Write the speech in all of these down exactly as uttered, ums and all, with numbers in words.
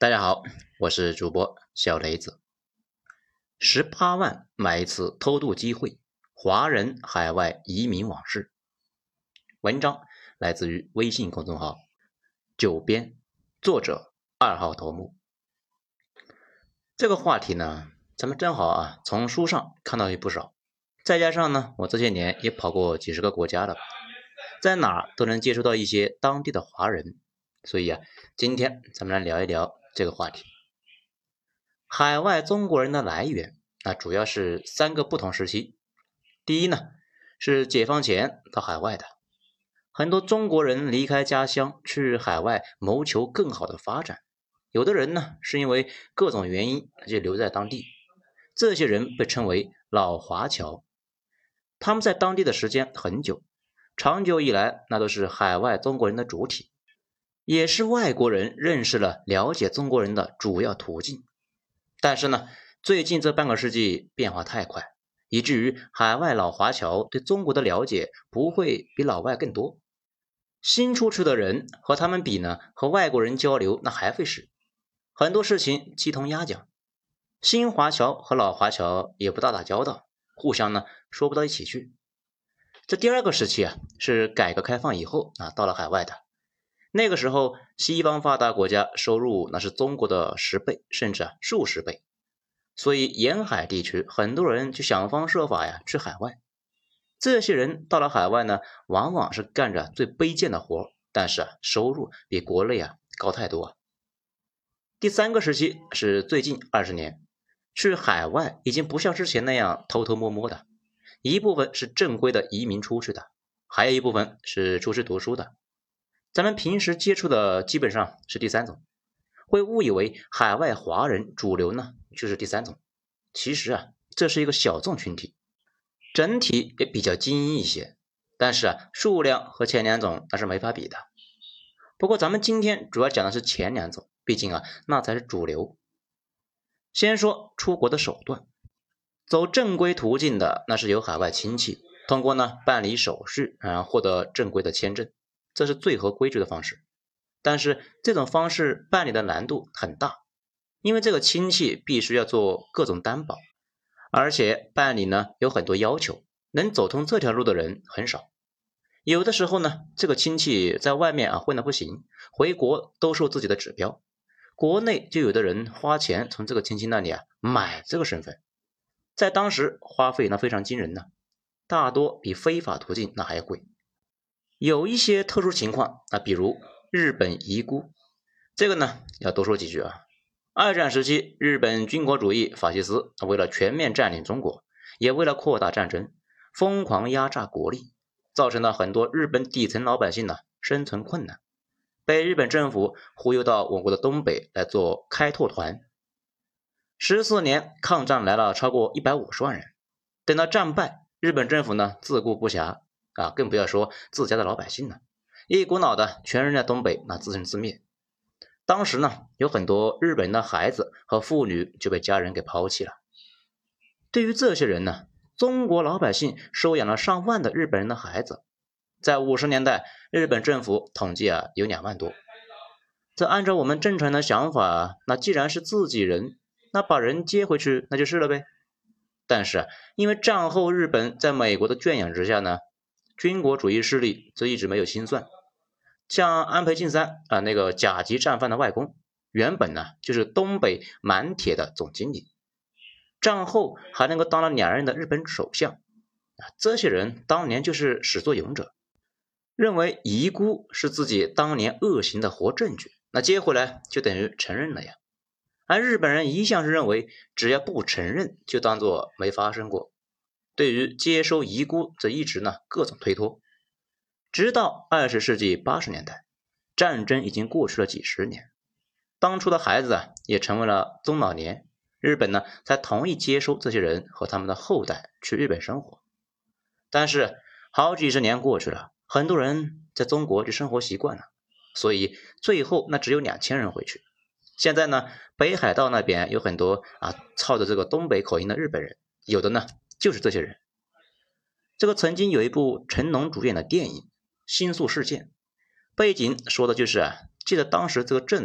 大家好，我是主播小雷子。十八万买一次偷渡机会，华人海外移民往事。文章来自于微信公众号九编，作者二号头目。这个话题呢，咱们正好啊，从书上看到也不少，再加上呢，我这些年也跑过几十个国家了，在哪儿都能接触到一些当地的华人，所以啊，今天咱们来聊一聊这个话题。海外中国人的来源，那主要是三个不同时期。第一呢，是解放前到海外的，很多中国人离开家乡去海外谋求更好的发展，有的人呢是因为各种原因就留在当地，这些人被称为老华侨。他们在当地的时间很久，长久以来那都是海外中国人的主体，也是外国人认识了了解中国人的主要途径。但是呢，最近这半个世纪变化太快，以至于海外老华侨对中国的了解不会比老外更多。新出去的人和他们比呢，和外国人交流那还费事，很多事情鸡同鸭讲。新华侨和老华侨也不大打交道，互相呢说不到一起去。这第二个时期啊，是改革开放以后啊，到了海外的。那个时候，西方发达国家收入那是中国的十倍，甚至啊数十倍，所以沿海地区很多人就想方设法呀去海外。这些人到了海外呢，往往是干着最卑贱的活，但是啊收入比国内啊高太多啊。第三个时期是最近二十年，去海外已经不像之前那样偷偷摸摸的，一部分是正规的移民出去的，还有一部分是出去读书的。咱们平时接触的基本上是第三种，会误以为海外华人主流呢就是第三种。其实啊，这是一个小众群体，整体也比较精英一些，但是啊，数量和前两种那是没法比的。不过咱们今天主要讲的是前两种，毕竟啊，那才是主流。先说出国的手段，走正规途径的那是有海外亲戚，通过呢办理手续啊，获得正规的签证。这是最合规矩的方式，但是这种方式办理的难度很大，因为这个亲戚必须要做各种担保，而且办理呢有很多要求，能走通这条路的人很少。有的时候呢，这个亲戚在外面啊混得不行，回国都受自己的指标，国内就有的人花钱从这个亲戚那里啊买这个身份，在当时花费那非常惊人呢，大多比非法途径那还贵。有一些特殊情况啊，比如日本遗孤，这个呢要多说几句啊。二战时期，日本军国主义法西斯为了全面占领中国，也为了扩大战争，疯狂压榨国力，造成了很多日本底层老百姓呢生存困难，被日本政府忽悠到我国的东北来做开拓团。十四年抗战来了超过一百五十万人，等到战败，日本政府呢自顾不暇啊，更不要说自家的老百姓了，一股脑的全扔在东北，那自生自灭。当时呢，有很多日本的孩子和妇女就被家人给抛弃了。对于这些人呢，中国老百姓收养了上万的日本人的孩子，在五十年代，日本政府统计啊有两万多。这按照我们正常的想法，那既然是自己人，那把人接回去那就是了呗。但是因为战后日本在美国的圈养之下呢，军国主义势力则一直没有清算。像安倍晋三啊，那个甲级战犯的外公，原本呢就是东北满铁的总经理，战后还能够当了两任的日本首相啊，这些人当年就是始作俑者，认为遗孤是自己当年恶行的活证据，那接回来就等于承认了呀。而日本人一向是认为，只要不承认，就当作没发生过。对于接收遗孤，则一直呢各种推脱。直到二十世纪八十年代，战争已经过去了几十年，当初的孩子啊也成为了中老年，日本呢才同意接收这些人和他们的后代去日本生活。但是好几十年过去了，很多人在中国就生活习惯了，所以最后那只有两千人回去。现在呢，北海道那边有很多啊操着这个东北口音的日本人，有的呢就是这些人。这个曾经有一部成龙主演的电影《新宿事件》，背景说的就是啊，记得当时这个政策，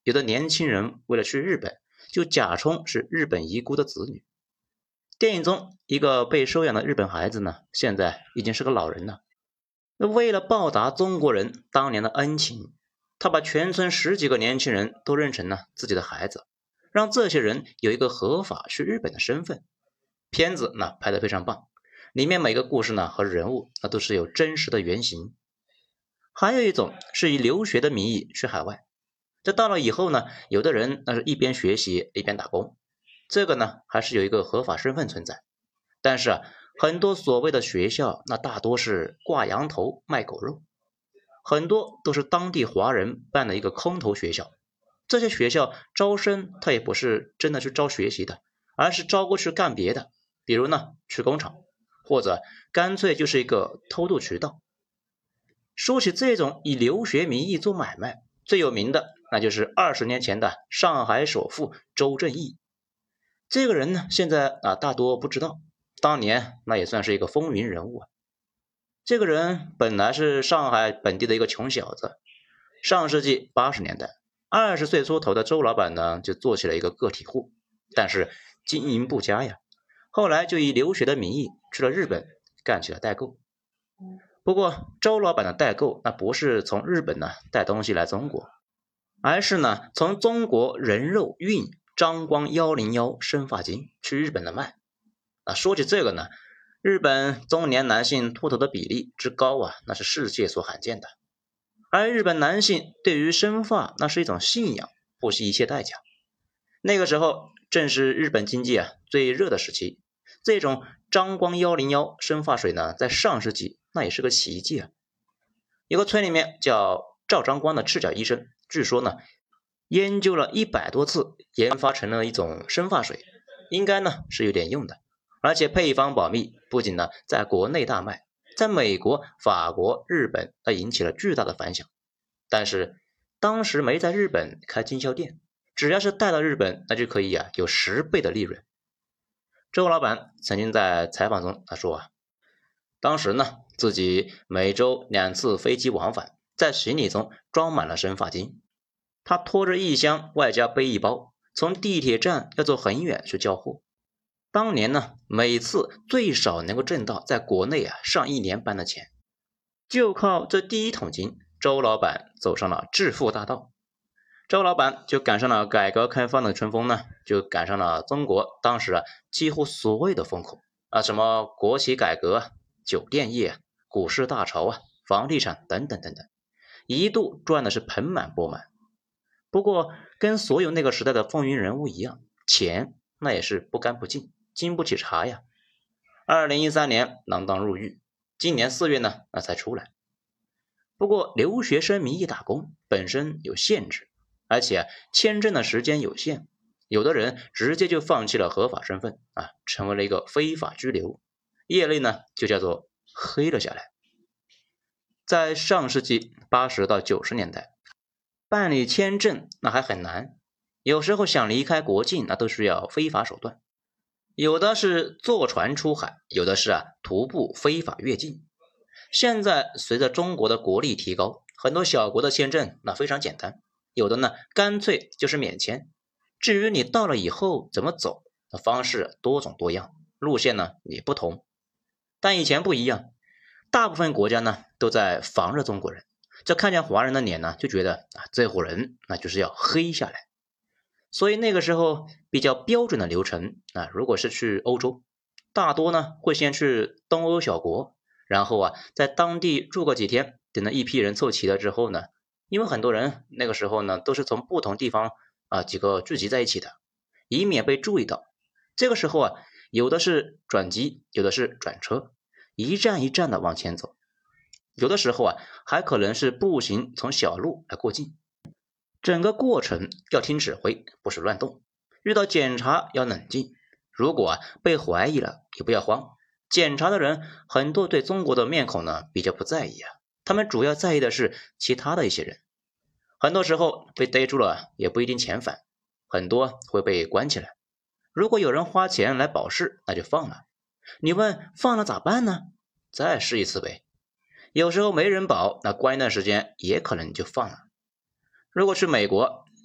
有的年轻人为了去日本，就假充是日本遗孤的子女。电影中一个被收养的日本孩子呢，现在已经是个老人了。那为了报答中国人当年的恩情，他把全村十几个年轻人都认成了自己的孩子，让这些人有一个合法去日本的身份。片子呢拍得非常棒，里面每个故事呢和人物那都是有真实的原型。还有一种是以留学的名义去海外，这到了以后呢，有的人那是一边学习一边打工，这个呢还是有一个合法身份存在。但是啊，很多所谓的学校那大多是挂羊头卖狗肉，很多都是当地华人办的一个空头学校。这些学校招生他也不是真的去招学习的，而是招过去干别的，比如呢去工厂，或者干脆就是一个偷渡渠道。说起这种以留学名义做买卖，最有名的那就是二十年前的上海首富周正义。这个人呢，现在啊大多不知道，当年那也算是一个风云人物啊。这个人本来是上海本地的一个穷小子，上世纪八十年代，二十岁出头的周老板呢就做起了一个个体户，但是经营不佳呀，后来就以留学的名义去了日本干起了代购。不过周老板的代购那不是从日本呢带东西来中国，而是呢从中国人肉运张光一零一生发精去日本的卖。啊，说起这个呢，日本中年男性秃头的比例之高啊，那是世界所罕见的。而日本男性对于生发那是一种信仰，不惜一切代价。那个时候正是日本经济啊最热的时期，这种张光一零一生发水呢，在上世纪那也是个奇迹啊。有个村里面叫赵张光的赤脚医生，据说呢研究了一百多次，研发成了一种生发水，应该呢是有点用的，而且配方保密，不仅呢在国内大卖，在美国、法国、日本那引起了巨大的反响。但是当时没在日本开经销店，只要是带到日本，那就可以啊有十倍的利润。周老板曾经在采访中他说啊，当时呢自己每周两次飞机往返，在行李中装满了生发精，他拖着一箱外加背一包，从地铁站要走很远去交货。当年呢每次最少能够挣到在国内啊上一年半的钱，就靠这第一桶金，周老板走上了致富大道。周老板就赶上了改革开放的春风呢，就赶上了中国当时啊几乎所有的风口啊，什么国企改革、酒店业、股市大潮啊、房地产等等等等，一度赚的是盆满钵满。不过跟所有那个时代的风云人物一样，钱那也是不干不净，经不起查呀。二零一三年锒铛入狱，今年四月呢那才出来。不过留学生名义打工本身有限制，而且签证的时间有限，有的人直接就放弃了合法身份啊，成为了一个非法居留，业内呢就叫做黑了下来。在上世纪八十到九十年代，办理签证那还很难，有时候想离开国境那都需要非法手段，有的是坐船出海，有的是啊徒步非法越境。现在随着中国的国力提高，很多小国的签证那非常简单，有的呢干脆就是免签。至于你到了以后怎么走，那方式多种多样，路线呢也不同。但以前不一样，大部分国家呢都在防着中国人，这看见华人的脸呢就觉得啊这伙人那就是要黑下来。所以那个时候比较标准的流程啊，如果是去欧洲，大多呢会先去东欧小国，然后啊在当地住个几天，等那一批人凑齐了之后呢，因为很多人那个时候呢都是从不同地方啊几个聚集在一起的，以免被注意到。这个时候啊有的是转机，有的是转车，一站一站的往前走，有的时候啊还可能是步行从小路来过境。整个过程要听指挥，不是乱动，遇到检查要冷静，如果啊被怀疑了也不要慌。检查的人很多对中国的面孔呢比较不在意啊，他们主要在意的是其他的一些人。很多时候被逮住了也不一定遣返，很多会被关起来。如果有人花钱来保释，那就放了。你问放了咋办呢？再试一次呗。有时候没人保，那关一段时间也可能就放了。如果去美国，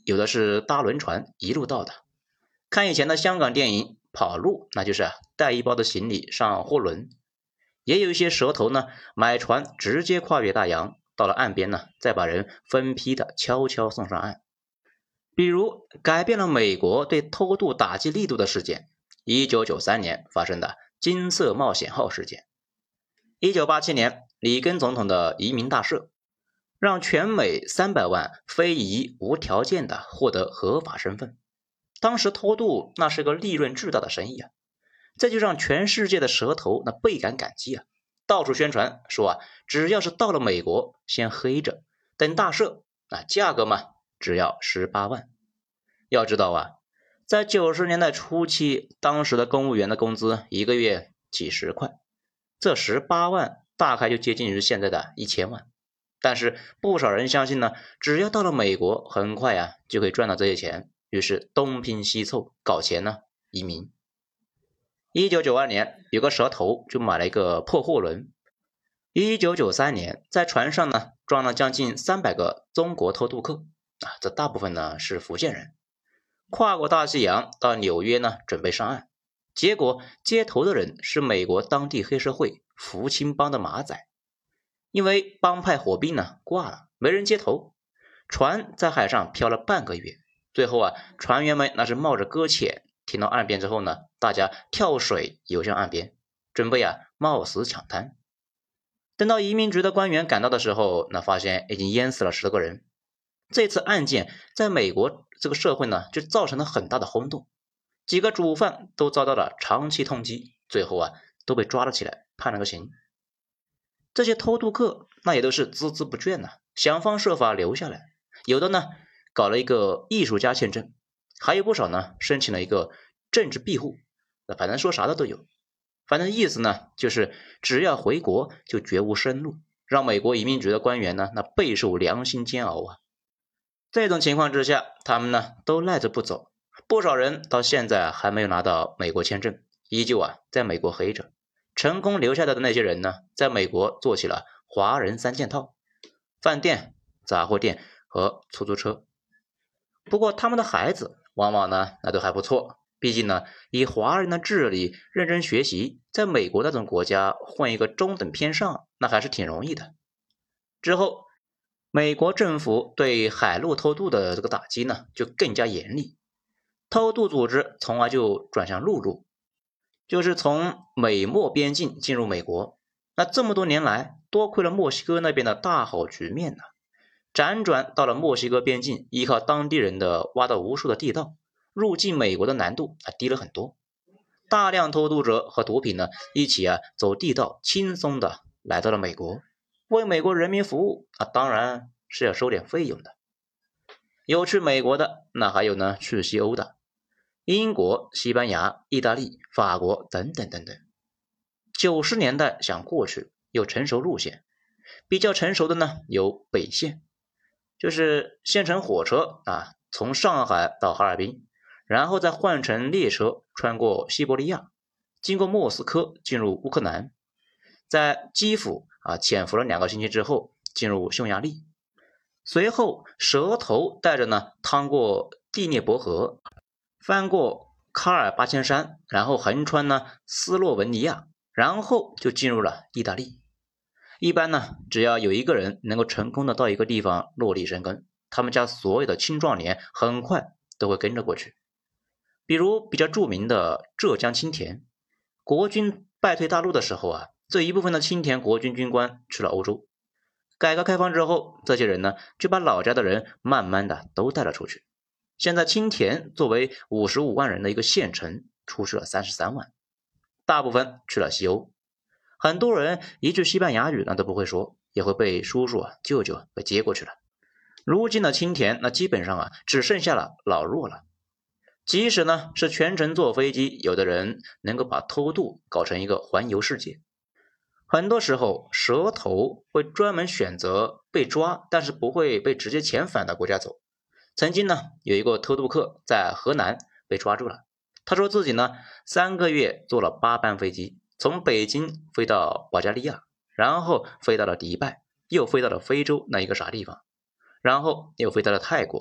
有的是搭轮船一路到的。看以前的香港电影跑路，那就是带一包的行李上货轮。也有一些蛇头呢，买船直接跨越大洋，到了岸边呢，再把人分批的悄悄送上岸。比如改变了美国对偷渡打击力度的事件，一九九三年发生的金色冒险号事件。一九八七年里根总统的移民大赦，让全美三百万非裔无条件的获得合法身份。当时偷渡那是个利润巨大的生意啊，这就让全世界的蛇头那倍感感激啊，到处宣传说啊，只要是到了美国先黑着，等大赦，那价格嘛只要十八万。要知道啊，在九十年代初期，当时的公务员的工资一个月几十块，这十八万大概就接近于现在的一千万。但是不少人相信呢，只要到了美国，很快啊就可以赚到这些钱，于是东拼西凑搞钱呢，移民。一九九二年，有个蛇头就买了一个破货轮。一九九三年，在船上呢装了将近三百个中国偷渡客啊，这大部分呢是福建人，跨过大西洋到纽约呢准备上岸。结果接头的人是美国当地黑社会福清帮的马仔，因为帮派火并呢挂了，没人接头，船在海上漂了半个月。最后啊，船员们那是冒着搁浅，停到岸边之后呢，大家跳水游向岸边，准备啊冒死抢滩。等到移民局的官员赶到的时候，那发现已经淹死了十个人。这次案件在美国这个社会呢，就造成了很大的轰动，几个主犯都遭到了长期通缉，最后啊都被抓了起来，判了个刑。这些偷渡客那也都是孜孜不倦呐、啊，想方设法留下来。有的呢搞了一个艺术家签证，还有不少呢申请了一个政治庇护，那反正说啥的都有。反正意思呢就是只要回国就绝无生路，让美国移民局的官员呢那备受良心煎熬啊。这种情况之下，他们呢都赖着不走，不少人到现在还没有拿到美国签证，依旧啊在美国黑着。成功留下来的那些人呢，在美国做起了华人三件套：饭店、杂货店和出租车。不过他们的孩子往往呢那都还不错，毕竟呢以华人的智力认真学习，在美国那种国家混一个中等偏上，那还是挺容易的。之后美国政府对海陆偷渡的这个打击呢就更加严厉，偷渡组织从而就转向陆路，就是从美墨边境进入美国。那这么多年来，多亏了墨西哥那边的大好局面呢，辗转到了墨西哥边境，依靠当地人的挖到无数的地道，入境美国的难度啊低了很多。大量偷渡者和毒品呢一起啊走地道，轻松的来到了美国，为美国人民服务啊，当然是要收点费用的。有去美国的，那还有呢去西欧的，英国、西班牙、意大利、法国等等等等。九十年代想过去有成熟路线，比较成熟的呢有北线，就是先乘火车啊，从上海到哈尔滨，然后再换乘列车穿过西伯利亚，经过莫斯科进入乌克兰，在基辅啊潜伏了两个星期之后进入匈牙利，随后蛇头带着呢趟过第聂伯河，翻过卡尔巴阡山，然后横穿呢斯洛文尼亚，然后就进入了意大利。一般呢只要有一个人能够成功的到一个地方落地生根，他们家所有的青壮年很快都会跟着过去。比如比较著名的浙江青田，国军败退大陆的时候啊，这一部分的青田国军军官去了欧洲。改革开放之后，这些人呢就把老家的人慢慢的都带了出去。现在青田作为五十五万人的一个县城，出去了三十三万，大部分去了西欧。很多人一句西班牙语那都不会说，也会被叔叔啊舅舅给接过去了。如今的青田那基本上啊只剩下了老弱了。即使呢是全程坐飞机，有的人能够把偷渡搞成一个环游世界。很多时候蛇头会专门选择被抓但是不会被直接遣返的国家走。曾经呢有一个偷渡客在河南被抓住了，他说自己呢三个月坐了八班飞机，从北京飞到保加利亚，然后飞到了迪拜，又飞到了非洲那一个啥地方，然后又飞到了泰国。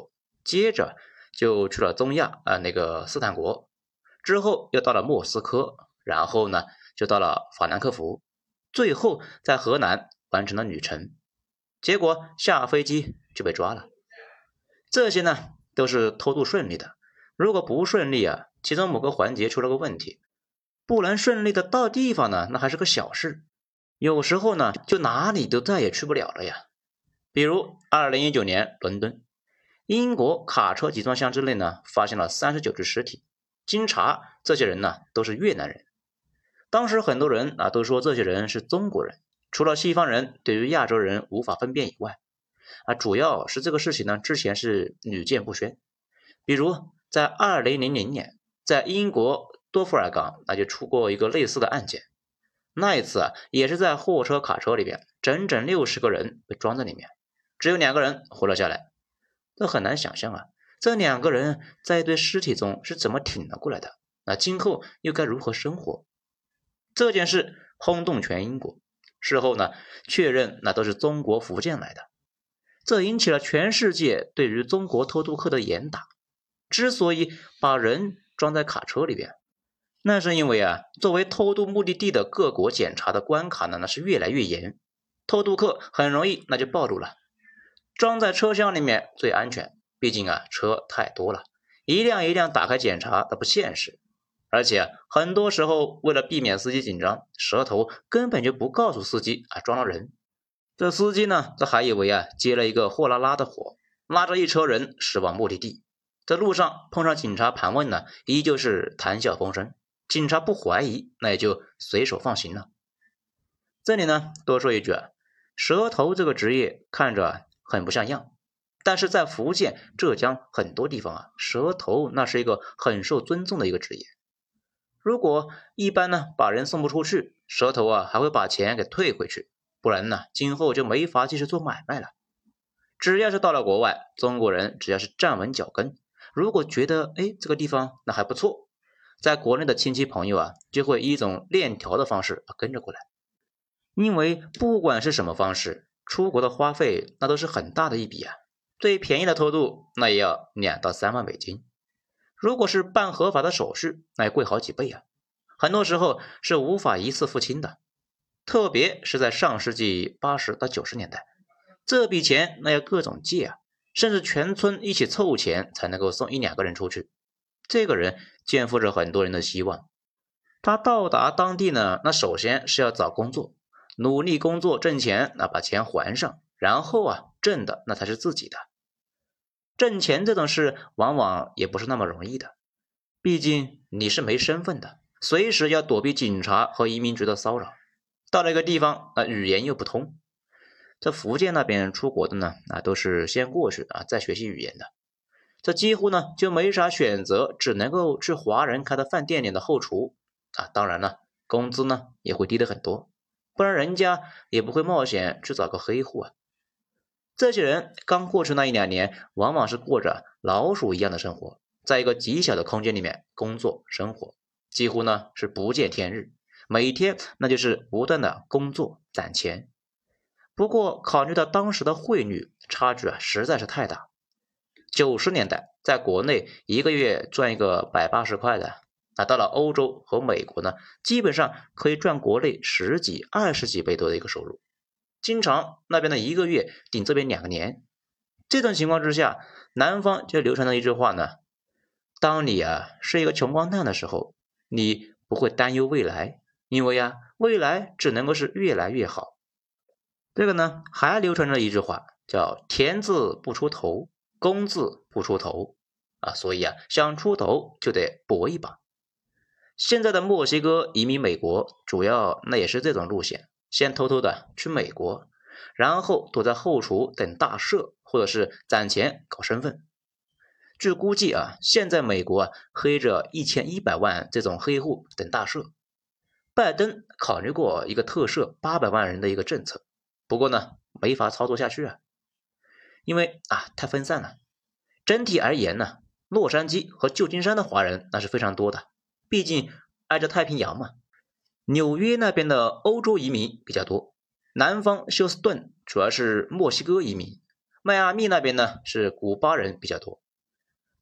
接着就去了中亚啊、呃、那个斯坦国，之后又到了莫斯科，然后呢就到了法兰克福，最后在河南完成了旅程。结果下飞机就被抓了。这些呢都是偷渡顺利的，如果不顺利啊，其中某个环节出了个问题，不能顺利的到地方呢，那还是个小事，有时候呢就哪里都再也去不了了呀。比如二零一九年伦敦，英国卡车集装箱之内呢发现了三十九具尸体，经查这些人呢都是越南人。当时很多人啊都说这些人是中国人，除了西方人对于亚洲人无法分辨以外，啊，主要是这个事情呢之前是屡见不鲜。比如在二零零零年，在英国多弗尔港那就出过一个类似的案件，那一次啊也是在货车卡车里边，整整六十个人被装在里面，只有两个人活了下来。这很难想象啊，这两个人在一堆尸体中是怎么挺了过来的，那今后又该如何生活？这件事轰动全英国，事后呢确认那都是中国福建来的，这引起了全世界对于中国偷渡客的严打。之所以把人装在卡车里边，那是因为啊，作为偷渡目的地的各国检查的关卡呢，那是越来越严，偷渡客很容易那就暴露了。装在车厢里面最安全，毕竟啊车太多了，一辆一辆打开检查那不现实。而且很多时候为了避免司机紧张，蛇头根本就不告诉司机啊装了人。这司机呢，这还以为啊接了一个货拉拉的活，拉着一车人驶往目的地。在路上碰上警察盘问呢，依旧是谈笑风生，警察不怀疑，那也就随手放行了。这里呢多说一句啊，蛇头这个职业看着很不像样，但是在福建、浙江很多地方啊，蛇头那是一个很受尊重的一个职业。如果一般呢把人送不出去，蛇头啊还会把钱给退回去，不然呢今后就没法继续做买卖了。只要是到了国外，中国人只要是站稳脚跟，如果觉得哎这个地方那还不错，在国内的亲戚朋友啊就会以一种链条的方式跟着过来。因为不管是什么方式，出国的花费那都是很大的一笔啊，最便宜的偷渡那也要两到三万美金，如果是办合法的手续，那也贵好几倍啊，很多时候是无法一次付清的。特别是在上世纪八十到九十年代，这笔钱那要各种借啊，甚至全村一起凑钱才能够送一两个人出去。这个人肩负着很多人的希望，他到达当地呢，那首先是要找工作，努力工作挣钱，那把钱还上，然后啊挣的那才是自己的。挣钱这种事往往也不是那么容易的，毕竟你是没身份的，随时要躲避警察和移民局的骚扰，到了一个地方啊，语言又不通。在福建那边出国的呢，啊都是先过去啊再学习语言的，这几乎呢就没啥选择，只能够去华人开的饭店里的后厨啊，当然了，工资呢也会低得很多，不然人家也不会冒险去找个黑户啊。这些人刚过去那一两年，往往是过着老鼠一样的生活，在一个极小的空间里面工作生活，几乎呢是不见天日，每天那就是不断的工作攒钱。不过考虑到当时的汇率差距啊实在是太大，九十年代在国内一个月赚一个百八十块的，那到了欧洲和美国呢，基本上可以赚国内十几二十几倍多的一个收入，经常那边的一个月顶这边两个年。这种情况之下，南方就流传了一句话呢，当你啊是一个穷光蛋的时候，你不会担忧未来，因为啊未来只能够是越来越好。这个呢还流传着一句话，叫田字不出头，工字不出头啊，所以啊想出头就得搏一把。现在的墨西哥移民美国，主要那也是这种路线，先偷偷的去美国，然后躲在后厨等大赦，或者是攒钱搞身份。据估计啊，现在美国啊黑着一千一百万这种黑户等大赦。拜登考虑过一个特赦八百万人的一个政策，不过呢没法操作下去啊，因为啊太分散了。整体而言呢，洛杉矶和旧金山的华人那是非常多的，毕竟挨着太平洋嘛。纽约那边的欧洲移民比较多，南方休斯顿主要是墨西哥移民，迈阿密那边呢是古巴人比较多。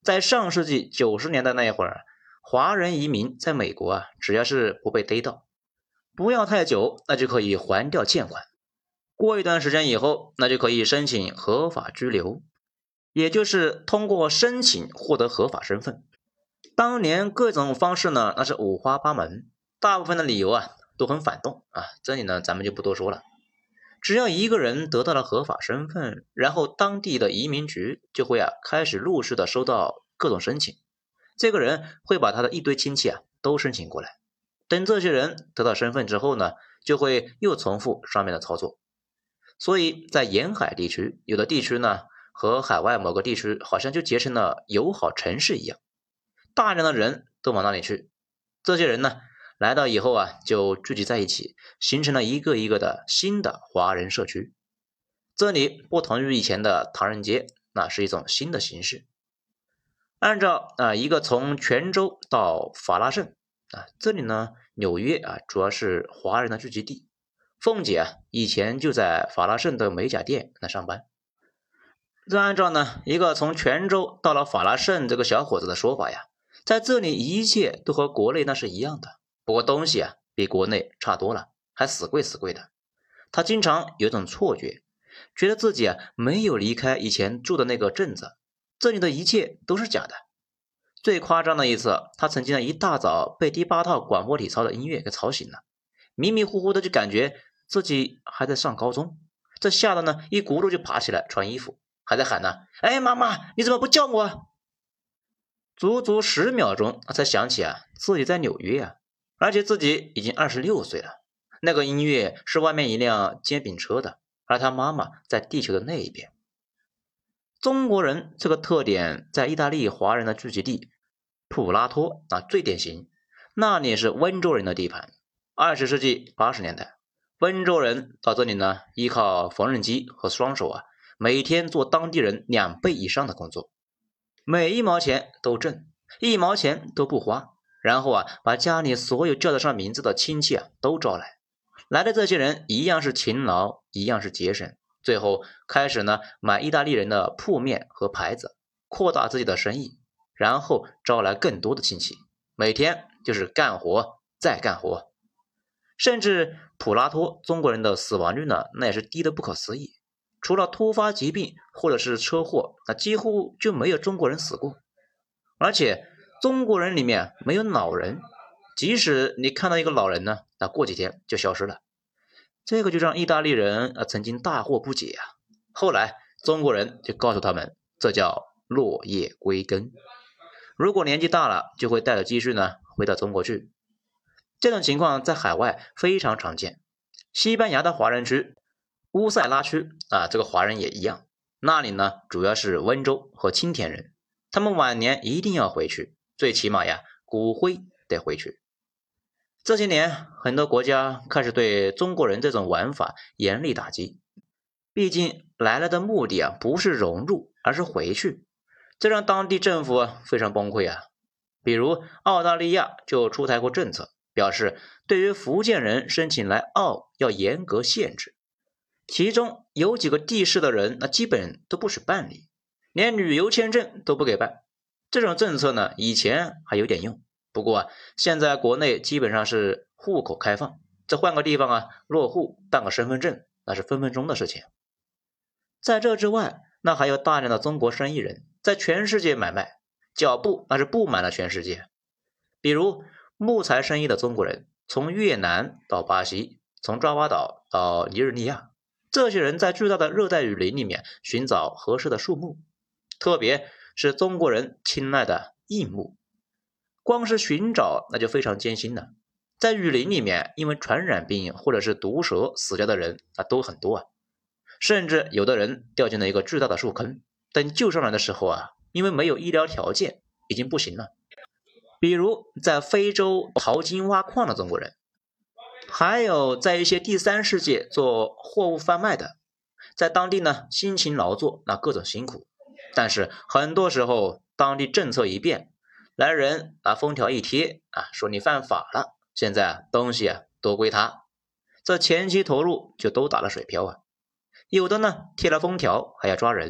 在上世纪九十年代那一会儿，华人移民在美国啊，只要是不被逮到，不要太久，那就可以还掉欠款。过一段时间以后，那就可以申请合法居留，也就是通过申请获得合法身份。当年各种方式呢，那是五花八门，大部分的理由啊都很反动啊，这里呢咱们就不多说了。只要一个人得到了合法身份，然后当地的移民局就会啊开始陆续的收到各种申请，这个人会把他的一堆亲戚啊都申请过来。等这些人得到身份之后呢，就会又重复上面的操作。所以在沿海地区，有的地区呢和海外某个地区好像就结成了友好城市一样，大量的人都往那里去。这些人呢来到以后啊，就聚集在一起，形成了一个一个的新的华人社区。这里不同于以前的唐人街，那是一种新的形式。按照啊一个从泉州到法拉盛啊，这里呢纽约啊主要是华人的聚集地。凤姐啊以前就在法拉盛的美甲店那上班。再按照呢一个从泉州到了法拉盛这个小伙子的说法呀，在这里一切都和国内那是一样的，不过东西啊比国内差多了，还死贵死贵的。他经常有种错觉，觉得自己啊没有离开以前住的那个镇子，这里的一切都是假的。最夸张的一次，他曾经一大早被第八套广播体操的音乐给吵醒了，迷迷糊糊的就感觉自己还在上高中，这吓得呢一骨碌就爬起来穿衣服，还在喊呢，哎妈妈你怎么不叫我？足足十秒钟才想起啊自己在纽约啊，而且自己已经二十六岁了。那个音乐是外面一辆煎饼车的，而他妈妈在地球的那一边。中国人这个特点在意大利华人的聚集地普拉托啊最典型，那里是温州人的地盘。二十世纪八十年代，温州人到这里呢，依靠缝纫机和双手啊，每天做当地人两倍以上的工作，每一毛钱都挣，一毛钱都不花，然后啊，把家里所有叫得上名字的亲戚啊都招来。来的这些人一样是勤劳，一样是节省，最后开始呢买意大利人的铺面和牌子，扩大自己的生意，然后招来更多的亲戚，每天就是干活再干活。甚至普拉托中国人的死亡率呢，那也是低得不可思议，除了突发疾病或者是车祸，那几乎就没有中国人死过。而且中国人里面没有老人，即使你看到一个老人呢，那过几天就消失了。这个就让意大利人啊曾经大惑不解啊。后来中国人就告诉他们，这叫落叶归根。如果年纪大了，就会带着积蓄呢回到中国去。这种情况在海外非常常见。西班牙的华人区乌塞拉区啊，这个华人也一样，那里呢主要是温州和青田人，他们晚年一定要回去，最起码呀骨灰得回去。这些年很多国家开始对中国人这种玩法严厉打击，毕竟来了的目的啊不是融入，而是回去，这让当地政府非常崩溃啊。比如澳大利亚就出台过政策，表示对于福建人申请来澳要严格限制，其中有几个地市的人那基本都不许办理，连旅游签证都不给办。这种政策呢以前还有点用，不过啊现在国内基本上是户口开放，这换个地方啊落户办个身份证那是分分钟的事情。在这之外，那还有大量的中国生意人在全世界买卖，脚步那是布满了全世界。比如木材生意的中国人，从越南到巴西，从爪哇岛到尼日利亚，这些人在巨大的热带雨林里面寻找合适的树木，特别是中国人青睐的硬木，光是寻找那就非常艰辛了。在雨林里面，因为传染病或者是毒蛇死掉的人啊都很多啊，甚至有的人掉进了一个巨大的树坑，等救上来的时候啊，因为没有医疗条件，已经不行了。比如在非洲淘金挖矿的中国人，还有在一些第三世界做货物贩卖的，在当地呢辛勤劳作，那各种辛苦，但是很多时候当地政策一变，来人把封条一贴啊，说你犯法了，现在东西啊都归他，这前期投入就都打了水漂啊。有的呢贴了封条还要抓人，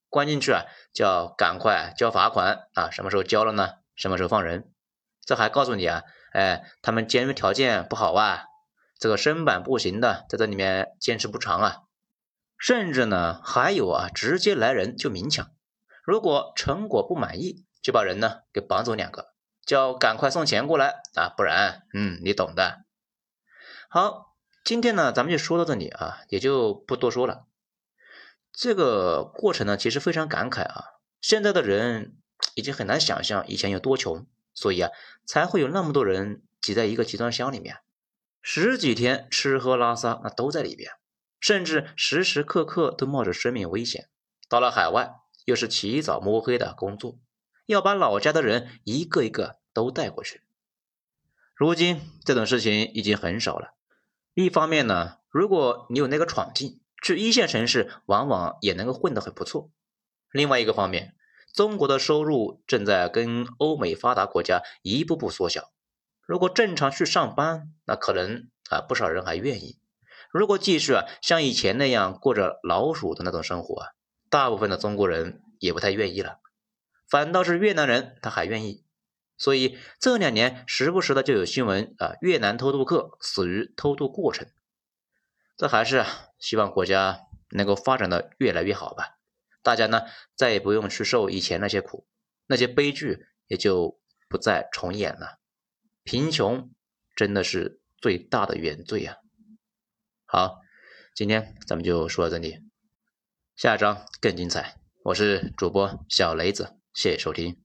关进去啊，叫赶快交罚款啊，什么时候交了呢？什么时候放人？这还告诉你啊，哎，他们监狱条件不好啊，这个身板不行的，在这里面坚持不长啊。甚至呢，还有啊，直接来人就明抢，如果成果不满意，就把人呢给绑走两个，叫赶快送钱过来啊，不然，嗯，你懂的。好，今天呢，咱们就说到这里啊，也就不多说了。这个过程呢，其实非常感慨啊，现在的人已经很难想象以前有多穷，所以啊，才会有那么多人挤在一个集装箱里面，十几天吃喝拉撒那都在里边，甚至时时刻刻都冒着生命危险。到了海外，又是起早摸黑的工作，要把老家的人一个一个都带过去。如今这种事情已经很少了。一方面呢，如果你有那个闯劲，去一线城市往往也能够混得很不错。另外一个方面，中国的收入正在跟欧美发达国家一步步缩小。如果正常去上班，那可能啊不少人还愿意。如果继续啊像以前那样过着老鼠的那种生活啊，大部分的中国人也不太愿意了。反倒是越南人他还愿意。所以这两年时不时的就有新闻啊，越南偷渡客死于偷渡过程。这还是啊，希望国家能够发展的越来越好吧。大家呢再也不用去受以前那些苦，那些悲剧也就不再重演了。贫穷真的是最大的原罪啊。好，今天咱们就说到这里，下一章更精彩。我是主播小雷子，谢谢收听。